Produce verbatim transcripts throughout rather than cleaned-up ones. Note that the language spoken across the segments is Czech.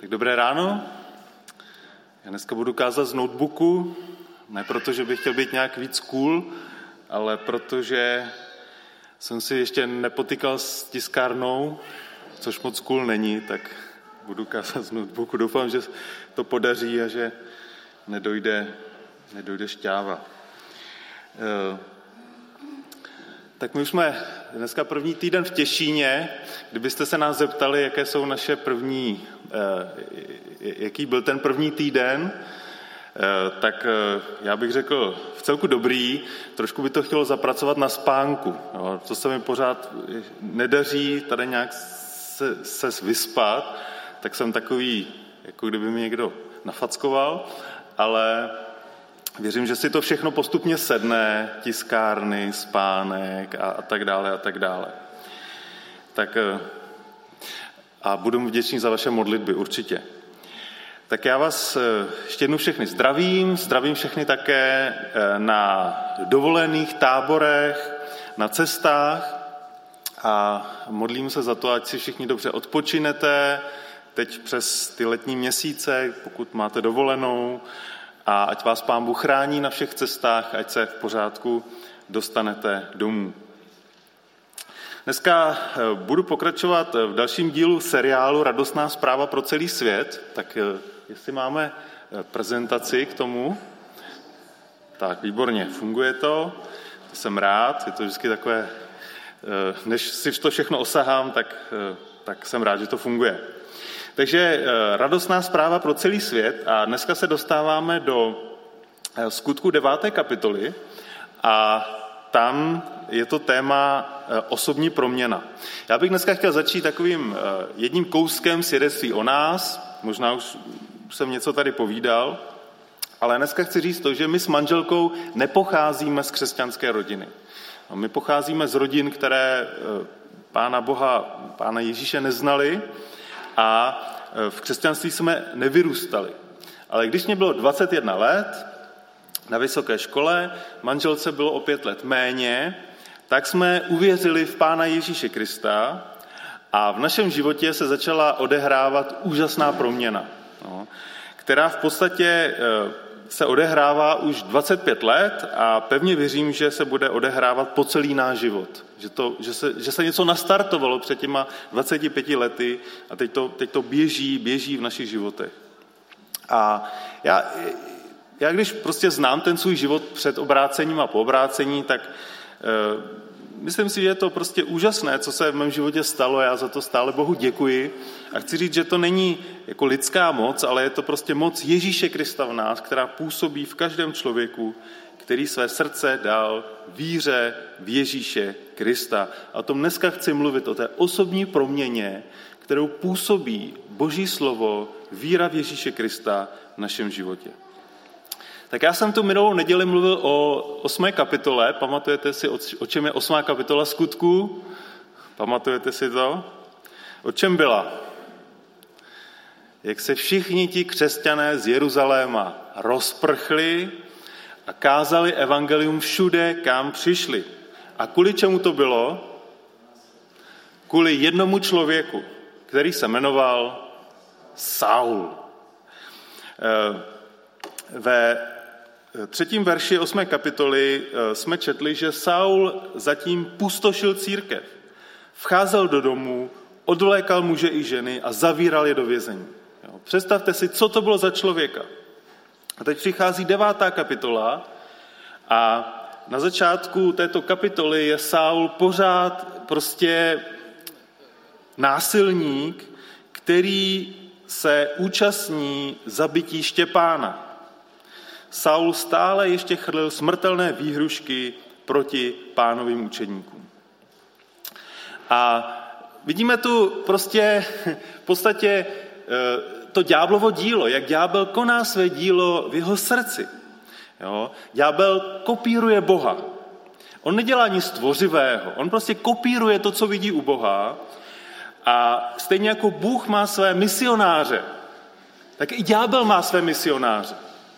Tak dobré ráno. Já dneska budu kázat z notebooku, ne proto, že bych chtěl být nějak víc cool, ale protože jsem si ještě nepotykal s tiskárnou, což moc cool není, tak budu kázat z notebooku. Doufám, že to podaří a že nedojde, nedojde šťáva. E, tak my už jsme dneska první týden v Těšíně. Kdybyste se nás zeptali, jaké jsou naše první, jaký byl ten první týden, tak já bych řekl v celku dobrý, trošku by to chtělo zapracovat na spánku. Jo, to se mi pořád nedaří tady nějak se, se vyspat, tak jsem takový, jako kdyby mi někdo nafackoval, ale věřím, že si to všechno postupně sedne, tiskárny, spánek a, a tak dále a tak dále. Tak a budu vděčný za vaše modlitby, určitě. Tak já vás ještě jednou všechny zdravím, zdravím všechny také na dovolených táborech, na cestách a modlím se za to, ať si všichni dobře odpočinete teď přes ty letní měsíce, pokud máte dovolenou, a ať vás Pán Bůh chrání na všech cestách, ať se v pořádku dostanete domů. Dneska budu pokračovat v dalším dílu seriálu Radostná zpráva pro celý svět. Tak jestli máme prezentaci k tomu. Tak, výborně, funguje to. To jsem rád, je to vždycky takové, než si to všechno osahám, tak, tak jsem rád, že to funguje. Takže radostná zpráva pro celý svět a dneska se dostáváme do Skutku deváté kapitoly a tam je to téma osobní proměna. Já bych dneska chtěl začít takovým jedním kouskem svědectví o nás, možná už jsem něco tady povídal, ale dneska chci říct to, že my s manželkou nepocházíme z křesťanské rodiny. My pocházíme z rodin, které Pána Boha, Pána Ježíše neznali a v křesťanství jsme nevyrůstali. Ale když mě bylo dvacet jedna let, na vysoké škole, manželce bylo o pět let méně, tak jsme uvěřili v Pána Ježíše Krista a v našem životě se začala odehrávat úžasná proměna, no, která v podstatě se odehrává už dvacet pět let a pevně věřím, že se bude odehrávat po celý náš život. Že, to, že, se, že se něco nastartovalo před těma dvaceti pěti lety a teď to, teď to běží, běží v našich životech. A já... Já když prostě znám ten svůj život před obrácením a po obrácení, tak e, myslím si, že je to prostě úžasné, co se v mém životě stalo. Já za to stále Bohu děkuji. A chci říct, že to není jako lidská moc, ale je to prostě moc Ježíše Krista v nás, která působí v každém člověku, který své srdce dal víře v Ježíše Krista. A o tom dneska chci mluvit, o té osobní proměně, kterou působí Boží slovo, víra v Ježíše Krista v našem životě. Tak já jsem tu minulou neděli mluvil o osmé kapitole. Pamatujete si, o čem je osmá kapitola Skutků? Pamatujete si to? O čem byla? Jak se všichni ti křesťané z Jeruzaléma rozprchli a kázali evangelium všude, kam přišli. A kvůli čemu to bylo? Kvůli jednomu člověku, který se jmenoval Saul. Ve třetím verši osmé kapitoly jsme četli, že Saul zatím pustošil církev. Vcházel do domu, odvlékal muže i ženy a zavíral je do vězení. Představte si, co to bylo za člověka. A teď přichází devátá kapitola a na začátku této kapitoly je Saul pořád prostě násilník, který se účastní zabití Štěpána. Saul stále ještě chrlil smrtelné výhrušky proti Pánovým učeníkům. A vidíme tu prostě v podstatě to ďáblovo dílo, jak ďábel koná své dílo v jeho srdci. Jo? Ďábel kopíruje Boha. On nedělá nic tvořivého, on prostě kopíruje to, co vidí u Boha a stejně jako Bůh má své misionáře, tak i ďábel má své misionáře.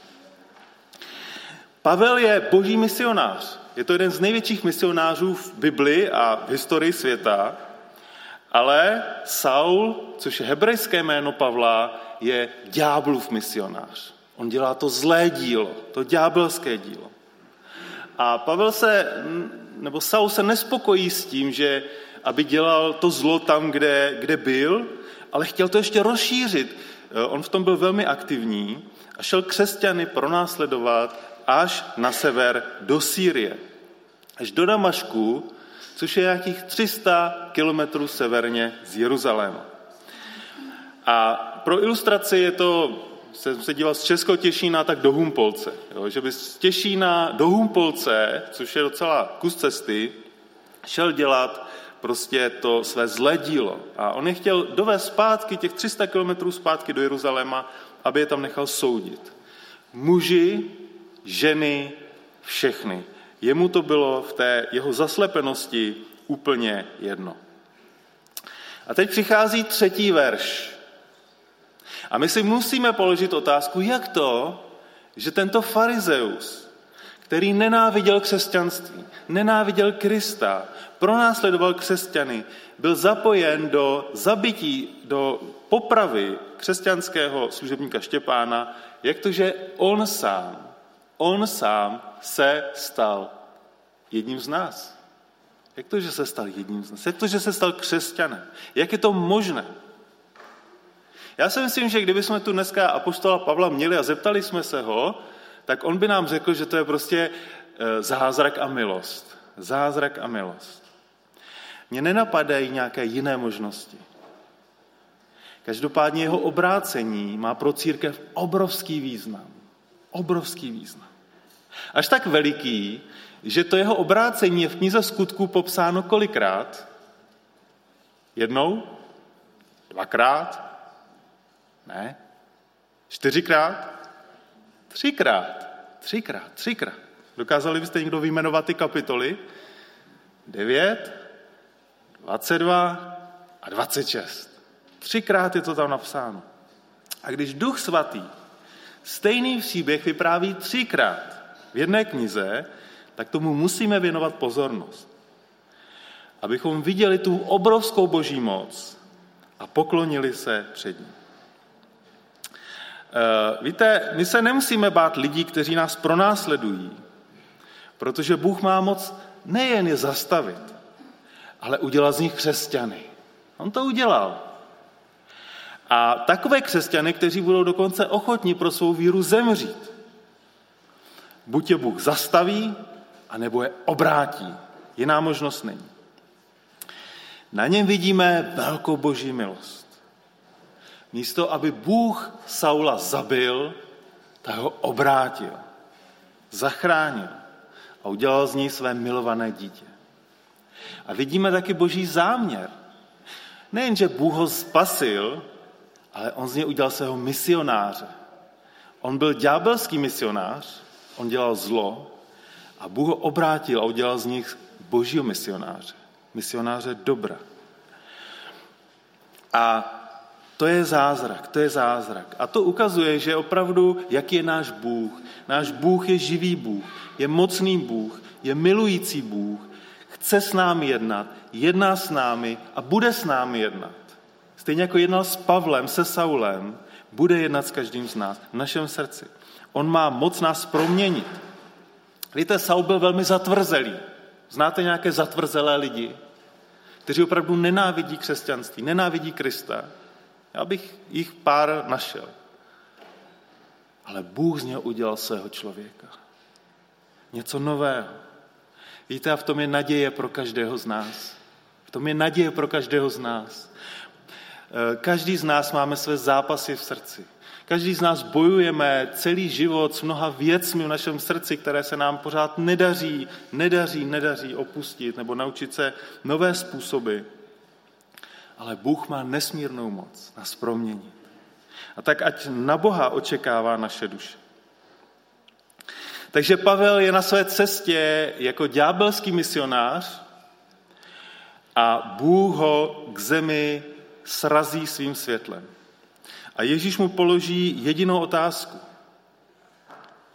Pavel je boží misionář. Je to jeden z největších misionářů v Bibli a v historii světa. Ale Saul, což je hebrejské jméno Pavla, je ďáblův misionář. On dělá to zlé dílo, to ďábelské dílo. A Pavel se, nebo Saul se nespokojí s tím, že aby dělal to zlo tam, kde, kde byl, ale chtěl to ještě rozšířit. On v tom byl velmi aktivní a šel křesťany pronásledovat až na sever do Sýrie. Až do Damašku, což je nějakých tři sta kilometrů severně z Jeruzaléma. A pro ilustraci je to, jsem se díval z Českého Těšína, tak do Humpolce. Jo, že by z Těšína do Humpolce, což je docela kus cesty, šel dělat prostě to své zlé dílo. A on je chtěl dovést zpátky, těch tři sta kilometrů zpátky do Jeruzaléma, aby je tam nechal soudit. Muži, ženy, všechny. Jemu to bylo v té jeho zaslepenosti úplně jedno. A teď přichází třetí verš. A my si musíme položit otázku, jak to, že tento farizeus, který nenáviděl křesťanství, nenáviděl Krista, pronásledoval křesťany, byl zapojen do zabití, do popravy křesťanského služebníka Štěpána, jak to, že on sám, on sám se stal jedním z nás. Jak to, že se stal jedním z nás? Jak to, že se stal křesťanem? Jak je to možné? Já si myslím, že kdybychom tu dneska apoštola Pavla měli a zeptali jsme se ho, tak on by nám řekl, že to je prostě zázrak a milost. Zázrak a milost. Mně nenapadají nějaké jiné možnosti. Každopádně jeho obrácení má pro církev obrovský význam. Obrovský význam. Až tak veliký, že to jeho obrácení je v knize Skutků popsáno kolikrát? Jednou? Dvakrát? Ne? Čtyřikrát? Třikrát. Třikrát. Třikrát. Dokázali byste někdo vyjmenovat ty kapitoly? Devět, dvacet dva a dvacet šest. Třikrát je to tam napsáno. A když Duch Svatý stejný příběh vypráví třikrát v jedné knize, tak tomu musíme věnovat pozornost. Abychom viděli tu obrovskou boží moc a poklonili se před ní. Víte, my se nemusíme bát lidí, kteří nás pronásledují, protože Bůh má moc nejen je zastavit, ale udělat z nich křesťany. On to udělal. A takové křesťany, kteří budou dokonce ochotní pro svou víru zemřít. Buď je Bůh zastaví, anebo je obrátí. Jiná možnost není. Na něm vidíme velkou boží milost. Místo, aby Bůh Saula zabil, tak ho obrátil, zachránil a udělal z něj své milované dítě. A vidíme taky boží záměr. Nejen, že Bůh ho spasil, ale on z něj udělal svého misionáře. On byl ďábelský misionář, on dělal zlo a Bůh ho obrátil a udělal z nich božího misionáře. Misionáře dobra. A to je zázrak, to je zázrak. A to ukazuje, že opravdu, jaký je náš Bůh. Náš Bůh je živý Bůh, je mocný Bůh, je milující Bůh, chce s námi jednat, jedná s námi a bude s námi jednat. Stejně jako jednal s Pavlem, se Saulem, bude jednat s každým z nás v našem srdci. On má moc nás proměnit. Víte, Saul byl velmi zatvrzelý. Znáte nějaké zatvrzelé lidi, kteří opravdu nenávidí křesťanství, nenávidí Krista? Já bych jich pár našel. Ale Bůh z něho udělal svého člověka. Něco nového. Víte, a v tom je naděje pro každého z nás. V tom je naděje pro každého z nás. Každý z nás máme své zápasy v srdci. Každý z nás bojujeme celý život s mnoha věcmi v našem srdci, které se nám pořád nedaří, nedaří, nedaří opustit nebo naučit se nové způsoby. Ale Bůh má nesmírnou moc nás proměnit. A tak ať na Boha očekává naše duše. Takže Pavel je na své cestě jako ďábelský misionář a Bůh ho k zemi srazí svým světlem. A Ježíš mu položí jedinou otázku.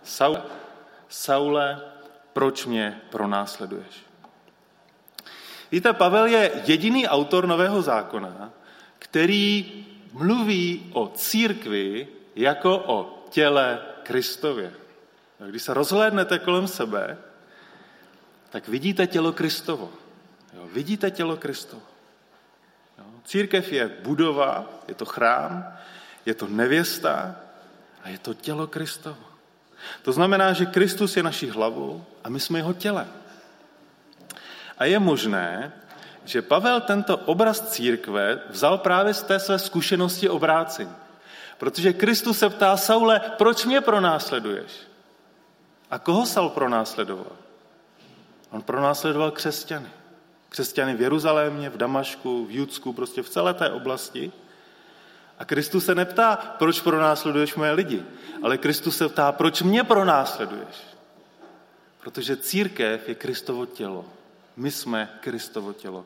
Saule, Saule, proč mě pronásleduješ? Víte, Pavel je jediný autor Nového zákona, který mluví o církvi jako o těle Kristově. Když se rozhlédnete kolem sebe, tak vidíte tělo Kristovo. Jo, vidíte tělo Kristovo. Jo, církev je budova, je to chrám, je to nevěsta a je to tělo Kristovo. To znamená, že Kristus je naší hlavou a my jsme jeho tělem. A je možné, že Pavel tento obraz církve vzal právě z té své zkušenosti obrácení. Protože Kristus se ptá Saule, proč mě pronásleduješ? A koho Saul pronásledoval? On pronásledoval křesťany. Křesťany v Jeruzalémě, v Damašku, v Judsku, prostě v celé té oblasti. A Kristus se neptá, proč pronásleduješ moje lidi, ale Kristus se ptá, proč mě pronásleduješ? Protože církev je Kristovo tělo. My jsme Kristovo tělo.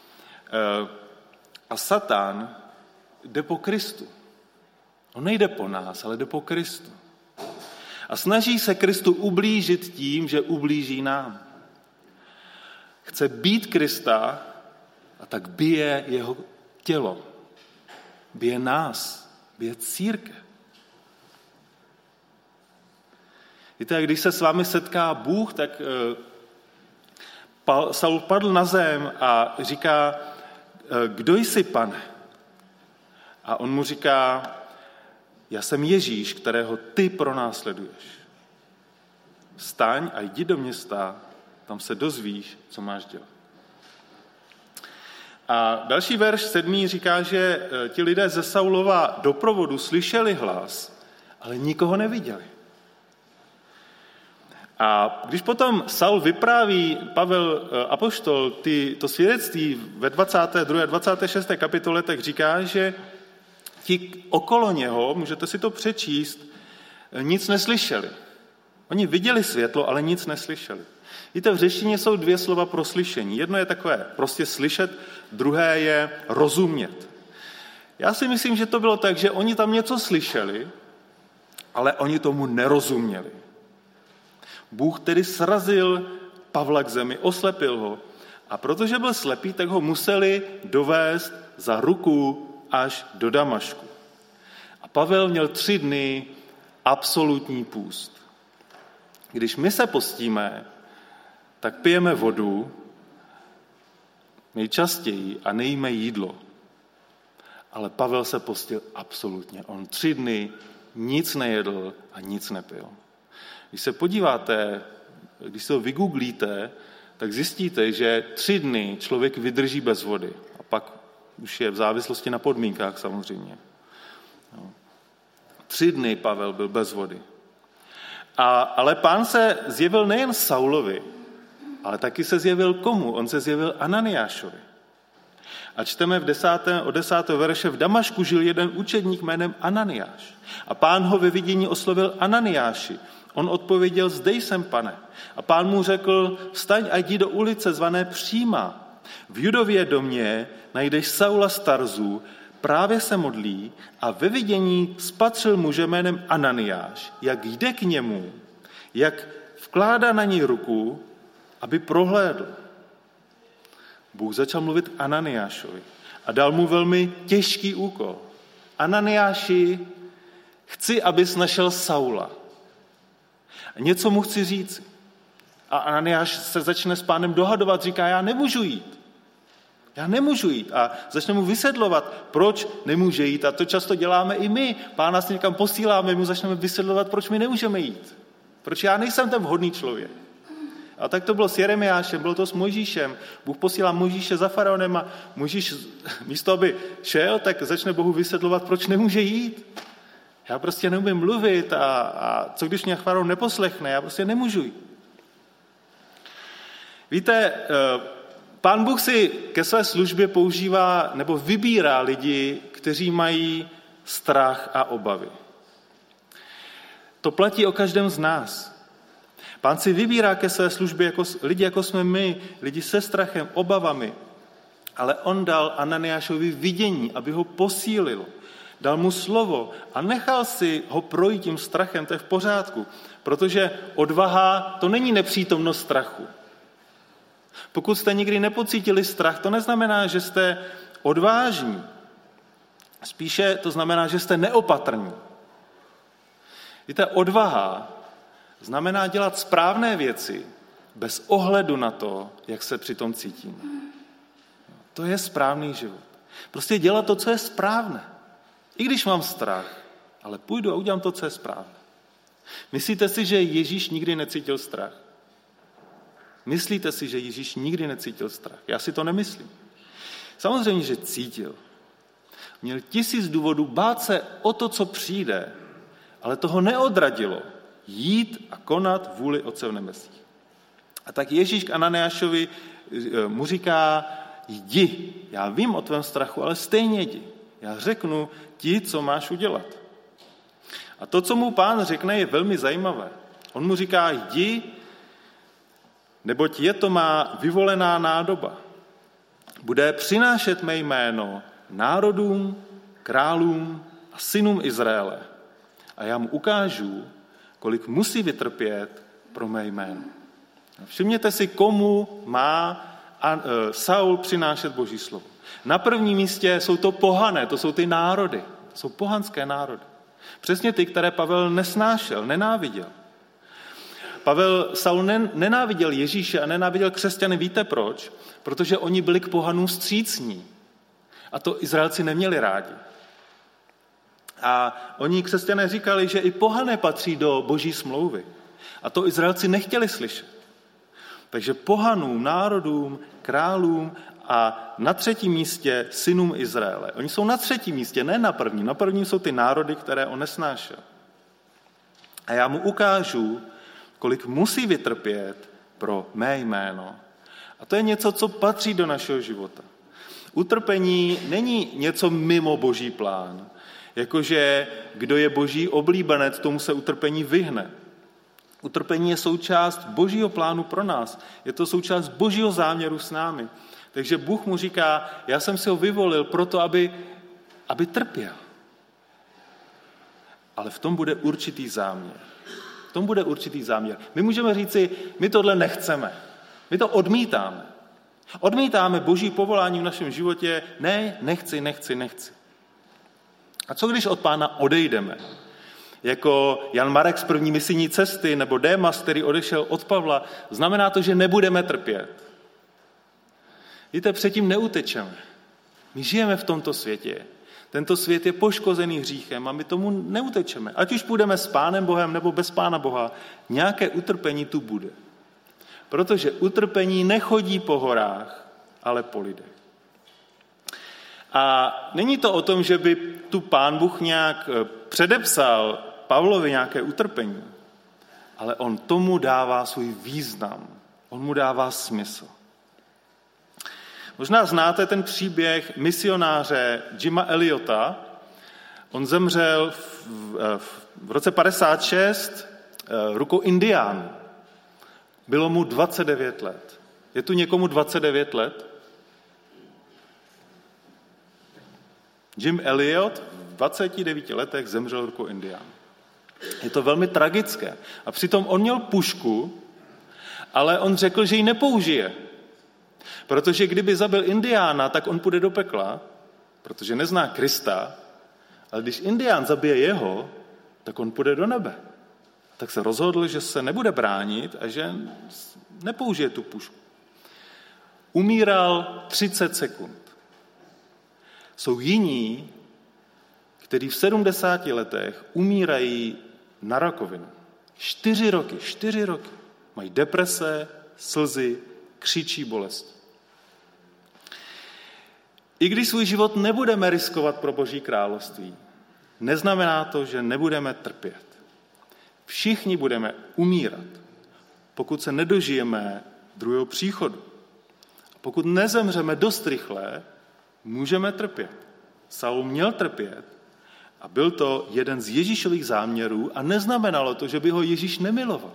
A Satan jde po Kristu. On nejde po nás, ale jde po Kristu. A snaží se Kristu ublížit tím, že ublíží nám. Chce být Krista a tak bije jeho tělo. Bije nás, bije církev. Víte, když se s vámi setká Bůh, tak Saul padl na zem a říká, kdo jsi, Pane? A on mu říká, já jsem Ježíš, kterého ty pronásleduješ. Vstaň a jdi do města, tam se dozvíš, co máš dělat. A další verš sedmý říká, že ti lidé ze Saulova doprovodu slyšeli hlas, ale nikoho neviděli. A když potom Saul vypráví, Pavel apoštol, ty, to svědectví ve dvacáté druhé a dvacáté šesté kapitole, tak říká, že ti okolo něho, můžete si to přečíst, nic neslyšeli. Oni viděli světlo, ale nic neslyšeli. Víte, v řečtině jsou dvě slova pro slyšení. Jedno je takové prostě slyšet, druhé je rozumět. Já si myslím, že to bylo tak, že oni tam něco slyšeli, ale oni tomu nerozuměli. Bůh tedy srazil Pavla k zemi, oslepil ho a protože byl slepý, tak ho museli dovést za ruku až do Damašku. A Pavel měl tři dny absolutní půst. Když my se postíme, tak pijeme vodu nejčastěji a nejíme jídlo. Ale Pavel se postil absolutně. On tři dny nic nejedl a nic nepil. Když se podíváte, když se ho vygooglíte, tak zjistíte, že tři dny člověk vydrží bez vody. A pak už je v závislosti na podmínkách samozřejmě. No. Tři dny Pavel byl bez vody. A, ale Pán se zjevil nejen Saulovi, ale taky se zjevil komu? On se zjevil Ananiášovi. A čteme v desátém, od desátého verše, v Damašku žil jeden učedník jménem Ananiáš. A Pán ho ve vidění oslovil Ananiáši. On odpověděl, zde jsem, Pane. A Pán mu řekl, vstaň a jdi do ulice zvané Přímá. V Judově domě najdeš Saula z Tarzu, právě se modlí a ve vidění spatřil muže jménem Ananiáš, jak jde k němu, jak vkládá na něj ruku, aby prohlédl. Bůh začal mluvit Ananiášovi a dal mu velmi těžký úkol. Ananiáši, chci, abys našel Saula. A něco mu chci říct. A Ananiáš se začne s Pánem dohadovat, říká, já nemůžu jít. Já nemůžu jít. A začne mu vysvětlovat, proč nemůže jít. A to často děláme i my. Pán nás někam posíláme, mu začneme vysvětlovat, proč my nemůžeme jít. Proč já nejsem ten vhodný člověk. A tak to bylo s Jeremiášem, bylo to s Mojžíšem. Bůh posílá Mojžíše za faraonem a Mojžíš místo, aby šel, tak začne Bohu vysvětlovat, proč nemůže jít. Já prostě neumím mluvit a, a co když mě faraon neposlechne, já prostě nemůžu jít. Víte, Pán Bůh si ke své službě používá nebo vybírá lidi, kteří mají strach a obavy. To platí o každém z nás. Pán si vybírá ke své službě jako, lidi, jako jsme my, lidi se strachem, obavami, ale on dal Ananiášovi vidění, aby ho posílil. Dal mu slovo a nechal si ho projít tím strachem, to je v pořádku, protože odvaha to není nepřítomnost strachu. Pokud jste nikdy nepocítili strach, to neznamená, že jste odvážní. Spíše to znamená, že jste neopatrní. Víte, odvaha znamená dělat správné věci bez ohledu na to, jak se přitom cítíme. To je správný život. Prostě dělat to, co je správné. I když mám strach, ale půjdu a udělám to, co je správné. Myslíte si, že Ježíš nikdy necítil strach? Myslíte si, že Ježíš nikdy necítil strach? Já si to nemyslím. Samozřejmě, že cítil. Měl tisíc důvodů bát se o to, co přijde, ale toho neodradilo jít a konat vůli Otce v nebesích. A tak Ježíš k Ananiášovi mu říká, jdi, já vím o tvém strachu, ale stejně jdi. Já řeknu ti, co máš udělat. A to, co mu Pán řekne, je velmi zajímavé. On mu říká, jdi, neboť je to má vyvolená nádoba. Bude přinášet mé jméno národům, králům a synům Izraele. A já mu ukážu, kolik musí vytrpět pro mé jméno. Všimněte si, komu má Saul přinášet Boží slovo. Na prvním místě jsou to pohané, to jsou ty národy, to jsou pohanské národy. Přesně ty, které Pavel nesnášel, nenáviděl. Pavel, Saul nenáviděl Ježíše a nenáviděl křesťany, víte proč? Protože oni byli k pohanům vstřícní. A to Izraelci neměli rádi. A oni křesťané říkali, že i pohané patří do Boží smlouvy. A to Izraelci nechtěli slyšet. Takže pohanům, národům, králům a na třetím místě synům Izraele. Oni jsou na třetím místě, ne na prvním. Na prvním jsou ty národy, které on nesnášel. A já mu ukážu, kolik musí vytrpět pro mé jméno. A to je něco, co patří do našeho života. Utrpení není něco mimo Boží plán. Jakože kdo je Boží oblíbenec, tomu se utrpení vyhne. Utrpení je součást Božího plánu pro nás. Je to součást Božího záměru s námi. Takže Bůh mu říká, já jsem si ho vyvolil proto, aby, aby trpěl. Ale v tom bude určitý záměr. V tom bude určitý záměr. My můžeme říci, my tohle nechceme. My to odmítáme. Odmítáme Boží povolání v našem životě. Ne, nechci, nechci, nechci. A co když od Pána odejdeme? Jako Jan Marek z první misijní cesty nebo Démas, který odešel od Pavla, znamená to, že nebudeme trpět. Víte, předtím neutečeme. My žijeme v tomto světě. Tento svět je poškozený hříchem a my tomu neutečeme. Ať už půjdeme s Pánem Bohem nebo bez Pána Boha, nějaké utrpení tu bude. Protože utrpení nechodí po horách, ale po lidech. A není to o tom, že by tu Pán Bůh nějak předepsal Pavlovi nějaké utrpení, ale on tomu dává svůj význam. On mu dává smysl. Možná znáte ten příběh misionáře Jima Elliota. On zemřel v, v, v roce padesát šest rukou indiánů. Bylo mu dvacet devět let. Je tu někomu dvacet devět let? Jim Elliot v dvaceti devíti letech zemřel rukou indiánů. Je to velmi tragické. A přitom on měl pušku, ale on řekl, že ji nepoužije. Protože kdyby zabil indiána, tak on půjde do pekla, protože nezná Krista, ale když indián zabije jeho, tak on půjde do nebe. Tak se rozhodl, že se nebude bránit a že nepoužije tu pušku. Umíral třicet sekund. Jsou jiní, kteří v sedmdesáti letech umírají na rakovinu. Čtyři roky, čtyři roky. Mají deprese, slzy, křičí bolest. I když svůj život nebudeme riskovat pro Boží království, neznamená to, že nebudeme trpět. Všichni budeme umírat, pokud se nedožijeme druhého příchodu. Pokud nezemřeme dost rychle, můžeme trpět. Saul měl trpět a byl to jeden z Ježíšových záměrů a neznamenalo to, že by ho Ježíš nemiloval.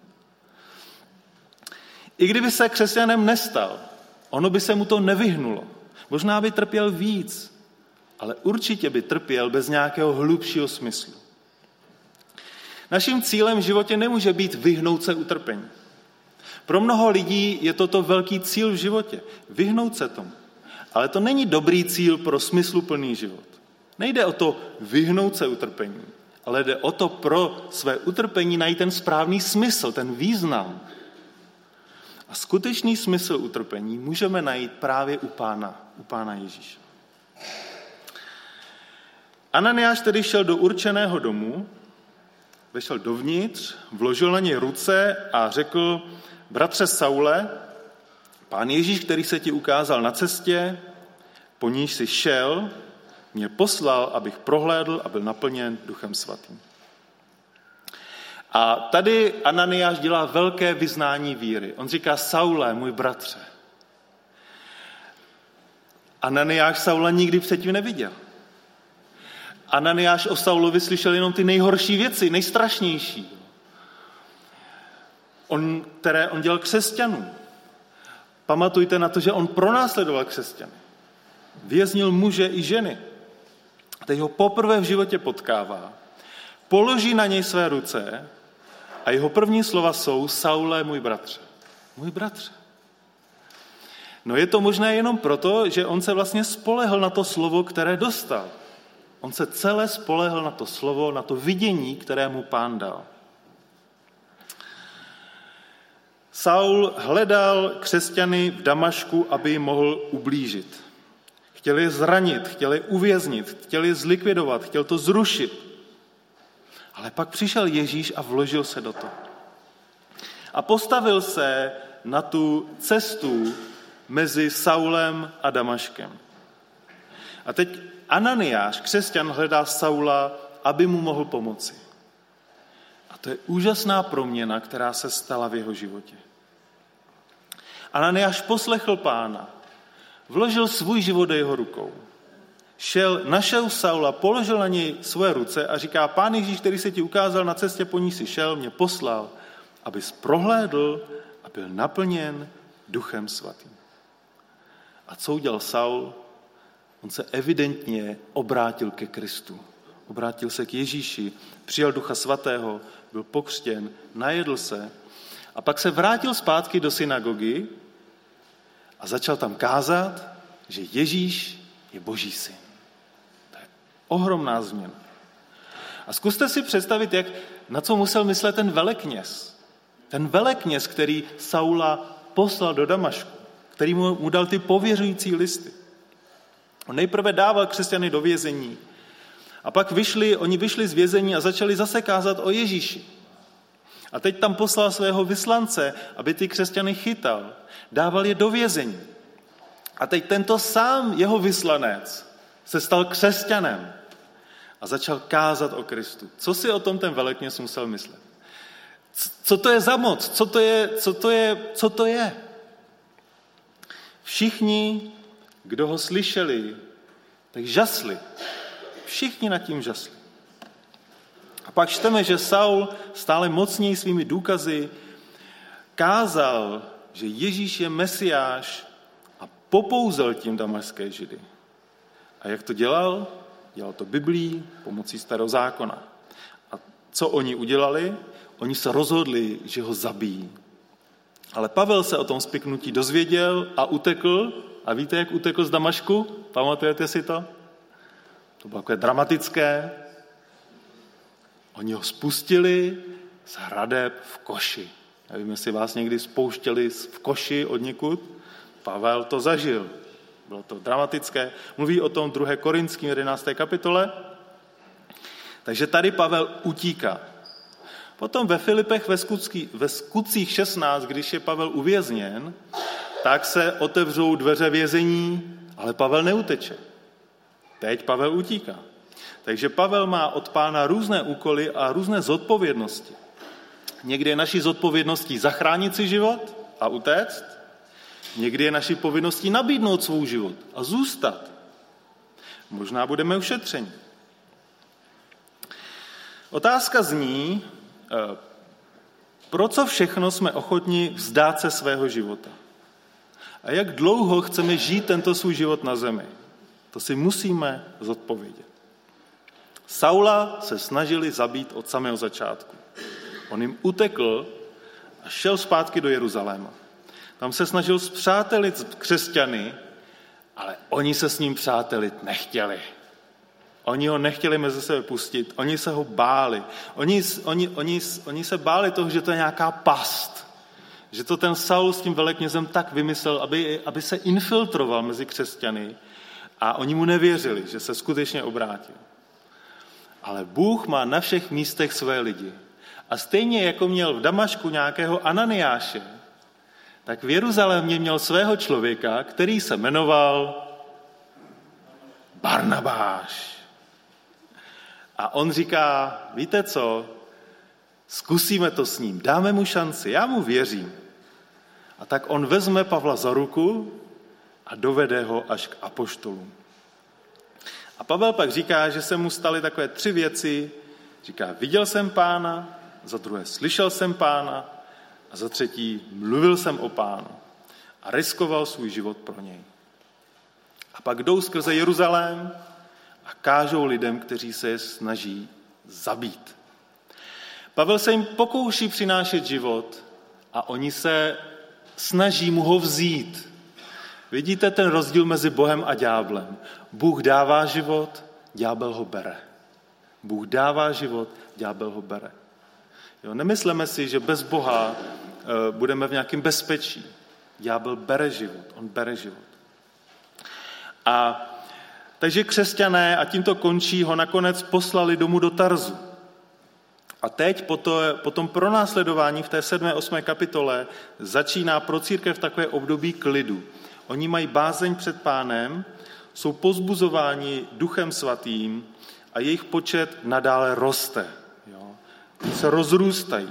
I kdyby se křesťanem nestal, ono by se mu to nevyhnulo. Možná by trpěl víc, ale určitě by trpěl bez nějakého hlubšího smyslu. Naším cílem v životě nemůže být vyhnout se utrpení. Pro mnoho lidí je toto velký cíl v životě. Vyhnout se tomu. Ale to není dobrý cíl pro smysluplný život. Nejde o to vyhnout se utrpení, ale jde o to pro své utrpení najít ten správný smysl, ten význam. A skutečný smysl utrpení můžeme najít právě u Pána, u Pána Ježíše. Ananiáš tedy šel do určeného domu, vešel dovnitř, vložil na něj ruce a řekl: bratře Saule, Pán Ježíš, který se ti ukázal na cestě, po níž jsi šel, mě poslal, abych prohlédl a byl naplněn Duchem Svatým. A tady Ananiáš dělá velké vyznání víry. On říká: Saule, můj bratře. Ananiáš Saula nikdy předtím neviděl. Ananiáš o Saulovi slyšel jenom ty nejhorší věci, nejstrašnější, on, které on dělal křesťanům. Pamatujte na to, že on pronásledoval křesťany. Věznil muže i ženy. Teď ho poprvé v životě potkává, položí na něj své ruce a jeho první slova jsou: Saule, můj bratře. Můj bratře. No je to možné jenom proto, že on se vlastně spolehl na to slovo, které dostal. On se celé spolehl na to slovo, na to vidění, které mu Pán dal. Saul hledal křesťany v Damašku, aby jim mohl ublížit. Chtěl je zranit, chtěl je uvěznit, chtěl je zlikvidovat, chtěl to zrušit. Ale pak přišel Ježíš a vložil se do toho. A postavil se na tu cestu mezi Saulem a Damaškem. A teď Ananiáš, křesťan, hledá Saula, aby mu mohl pomoci. A to je úžasná proměna, která se stala v jeho životě. Ananiáš poslechl Pána, vložil svůj život do jeho rukou. Šel, našel Saula, položil na něj svoje ruce a říká: Pán Ježíš, který se ti ukázal na cestě, po ní si šel, mě poslal, abys prohlédl a byl naplněn Duchem Svatým. A co udělal Saul? On se evidentně obrátil ke Kristu. Obrátil se k Ježíši, přijal Ducha Svatého, byl pokřtěn, najedl se a pak se vrátil zpátky do synagogy a začal tam kázat, že Ježíš je Boží syn. To je ohromná změna. A zkuste si představit, jak, na co musel myslet ten velekněz. Ten velekněz, který Saula poslal do Damašku, který mu, mu dal ty pověřující listy. On nejprve dával křesťany do vězení a pak vyšli, oni vyšli z vězení a začali zase kázat o Ježíši. A teď tam poslal svého vyslance, aby ty křesťany chytal. Dával je do vězení. A teď tento sám jeho vyslanec se stal křesťanem a začal kázat o Kristu. Co si o tom ten velekněz musel myslet? Co to je za moc? Co to je? Co to je? Co to je? Všichni, kdo ho slyšeli, tak žasli. Všichni nad tím žasli. A pak čteme, že Saul stále mocněji svými důkazy kázal, že Ježíš je Mesiáš a popouzel tím damašské Židy. A jak to dělal? Dělal to Biblií pomocí Starého zákona. A co oni udělali? Oni se rozhodli, že ho zabijí. Ale Pavel se o tom spiknutí dozvěděl a utekl. A víte, jak utekl z Damašku? Pamatujete si to? To bylo takové dramatické. Oni ho spustili z hradeb v koši. Nevím, jestli vás někdy spouštěli v koši od někud. Pavel to zažil. Bylo to dramatické. Mluví o tom druhé Korinským jedenácté kapitole. Takže tady Pavel utíká. Potom ve Filipech ve, skutcích, ve skutcích šestnáct, když je Pavel uvězněn, tak se otevřou dveře vězení, ale Pavel neuteče. Teď Pavel utíká. Takže Pavel má od Pána různé úkoly a různé zodpovědnosti. Někdy je naší zodpovědností zachránit si život a utéct, někdy je naší povinností nabídnout svůj život a zůstat. Možná budeme ušetřeni. Otázka zní, pro co všechno jsme ochotni vzdát se svého života? A jak dlouho chceme žít tento svůj život na zemi? To si musíme zodpovědět. Saula se snažili zabít od samého začátku. On jim utekl a šel zpátky do Jeruzaléma. Tam se snažil spřátelit křesťany, ale oni se s ním přátelit nechtěli. Oni ho nechtěli mezi sebe pustit, oni se ho báli. Oni, oni, oni, oni se báli toho, že to je nějaká past. Že to ten Saul s tím veleknězem tak vymyslel, aby, aby se infiltroval mezi křesťany a oni mu nevěřili, že se skutečně obrátil. Ale Bůh má na všech místech své lidi. A stejně jako měl v Damašku nějakého Ananiáše, tak v Jeruzalémě měl svého člověka, který se jmenoval Barnabáš. A on říká, víte co, zkusíme to s ním, dáme mu šanci, já mu věřím. A tak on vezme Pavla za ruku a dovede ho až k apoštolům. A Pavel pak říká, že se mu staly takové tři věci. Říká, viděl jsem Pána, za druhé slyšel jsem Pána a za třetí mluvil jsem o Pánu. A riskoval svůj život pro něj. A pak jdou skrze Jeruzalém a kážou lidem, kteří se je snaží zabít. Pavel se jim pokouší přinášet život a oni se snaží mu ho vzít. Vidíte ten rozdíl mezi Bohem a ďáblem. Bůh dává život, ďábel ho bere. Bůh dává život, ďábel ho bere. Jo, nemysleme si, že bez Boha e, budeme v nějakém bezpečí. Ďábel bere život, on bere život. A takže křesťané, a tím to končí, ho nakonec poslali domů do Tarzu. A teď po, to, po tom pronásledování v té sedmé osmé kapitole začíná pro církev takové období klidu. Oni mají bázeň před Pánem, jsou pozbuzováni Duchem Svatým a jejich počet nadále roste. Jo? Se rozrůstají.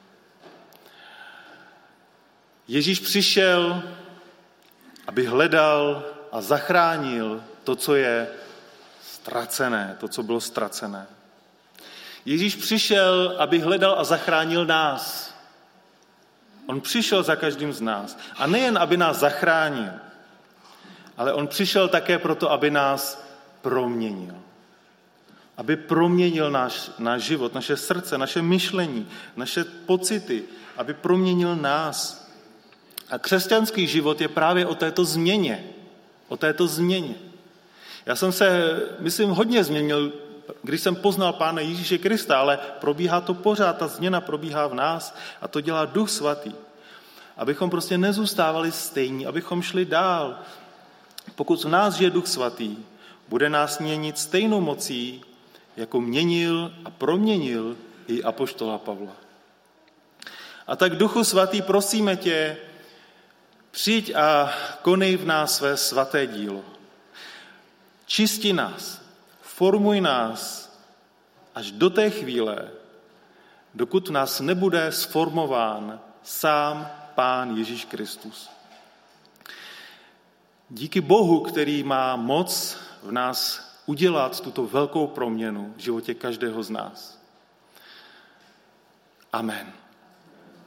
Ježíš přišel, aby hledal a zachránil to, co je ztracené, to, co bylo ztracené. Ježíš přišel, aby hledal a zachránil nás. On přišel za každým z nás. A nejen, aby nás zachránil, ale on přišel také proto, aby nás proměnil. Aby proměnil náš, náš život, naše srdce, naše myšlení, naše pocity, aby proměnil nás. A křesťanský život je právě o této změně. O této změně. Já jsem se, myslím, hodně změnil, když jsem poznal Pána Ježíše Krista, ale probíhá to pořád, ta změna probíhá v nás a to dělá Duch Svatý. Abychom prostě nezůstávali stejní, abychom šli dál. Pokud v nás žije Duch Svatý, bude nás měnit stejnou mocí, jako měnil a proměnil i apoštola Pavla. A tak Duchu Svatý, prosíme tě, přijď a konej v nás své svaté dílo. Čisti nás, formuj nás až do té chvíle, dokud v nás nebude sformován sám Pán Ježíš Kristus. Díky Bohu, který má moc v nás udělat tuto velkou proměnu v životě každého z nás. Amen.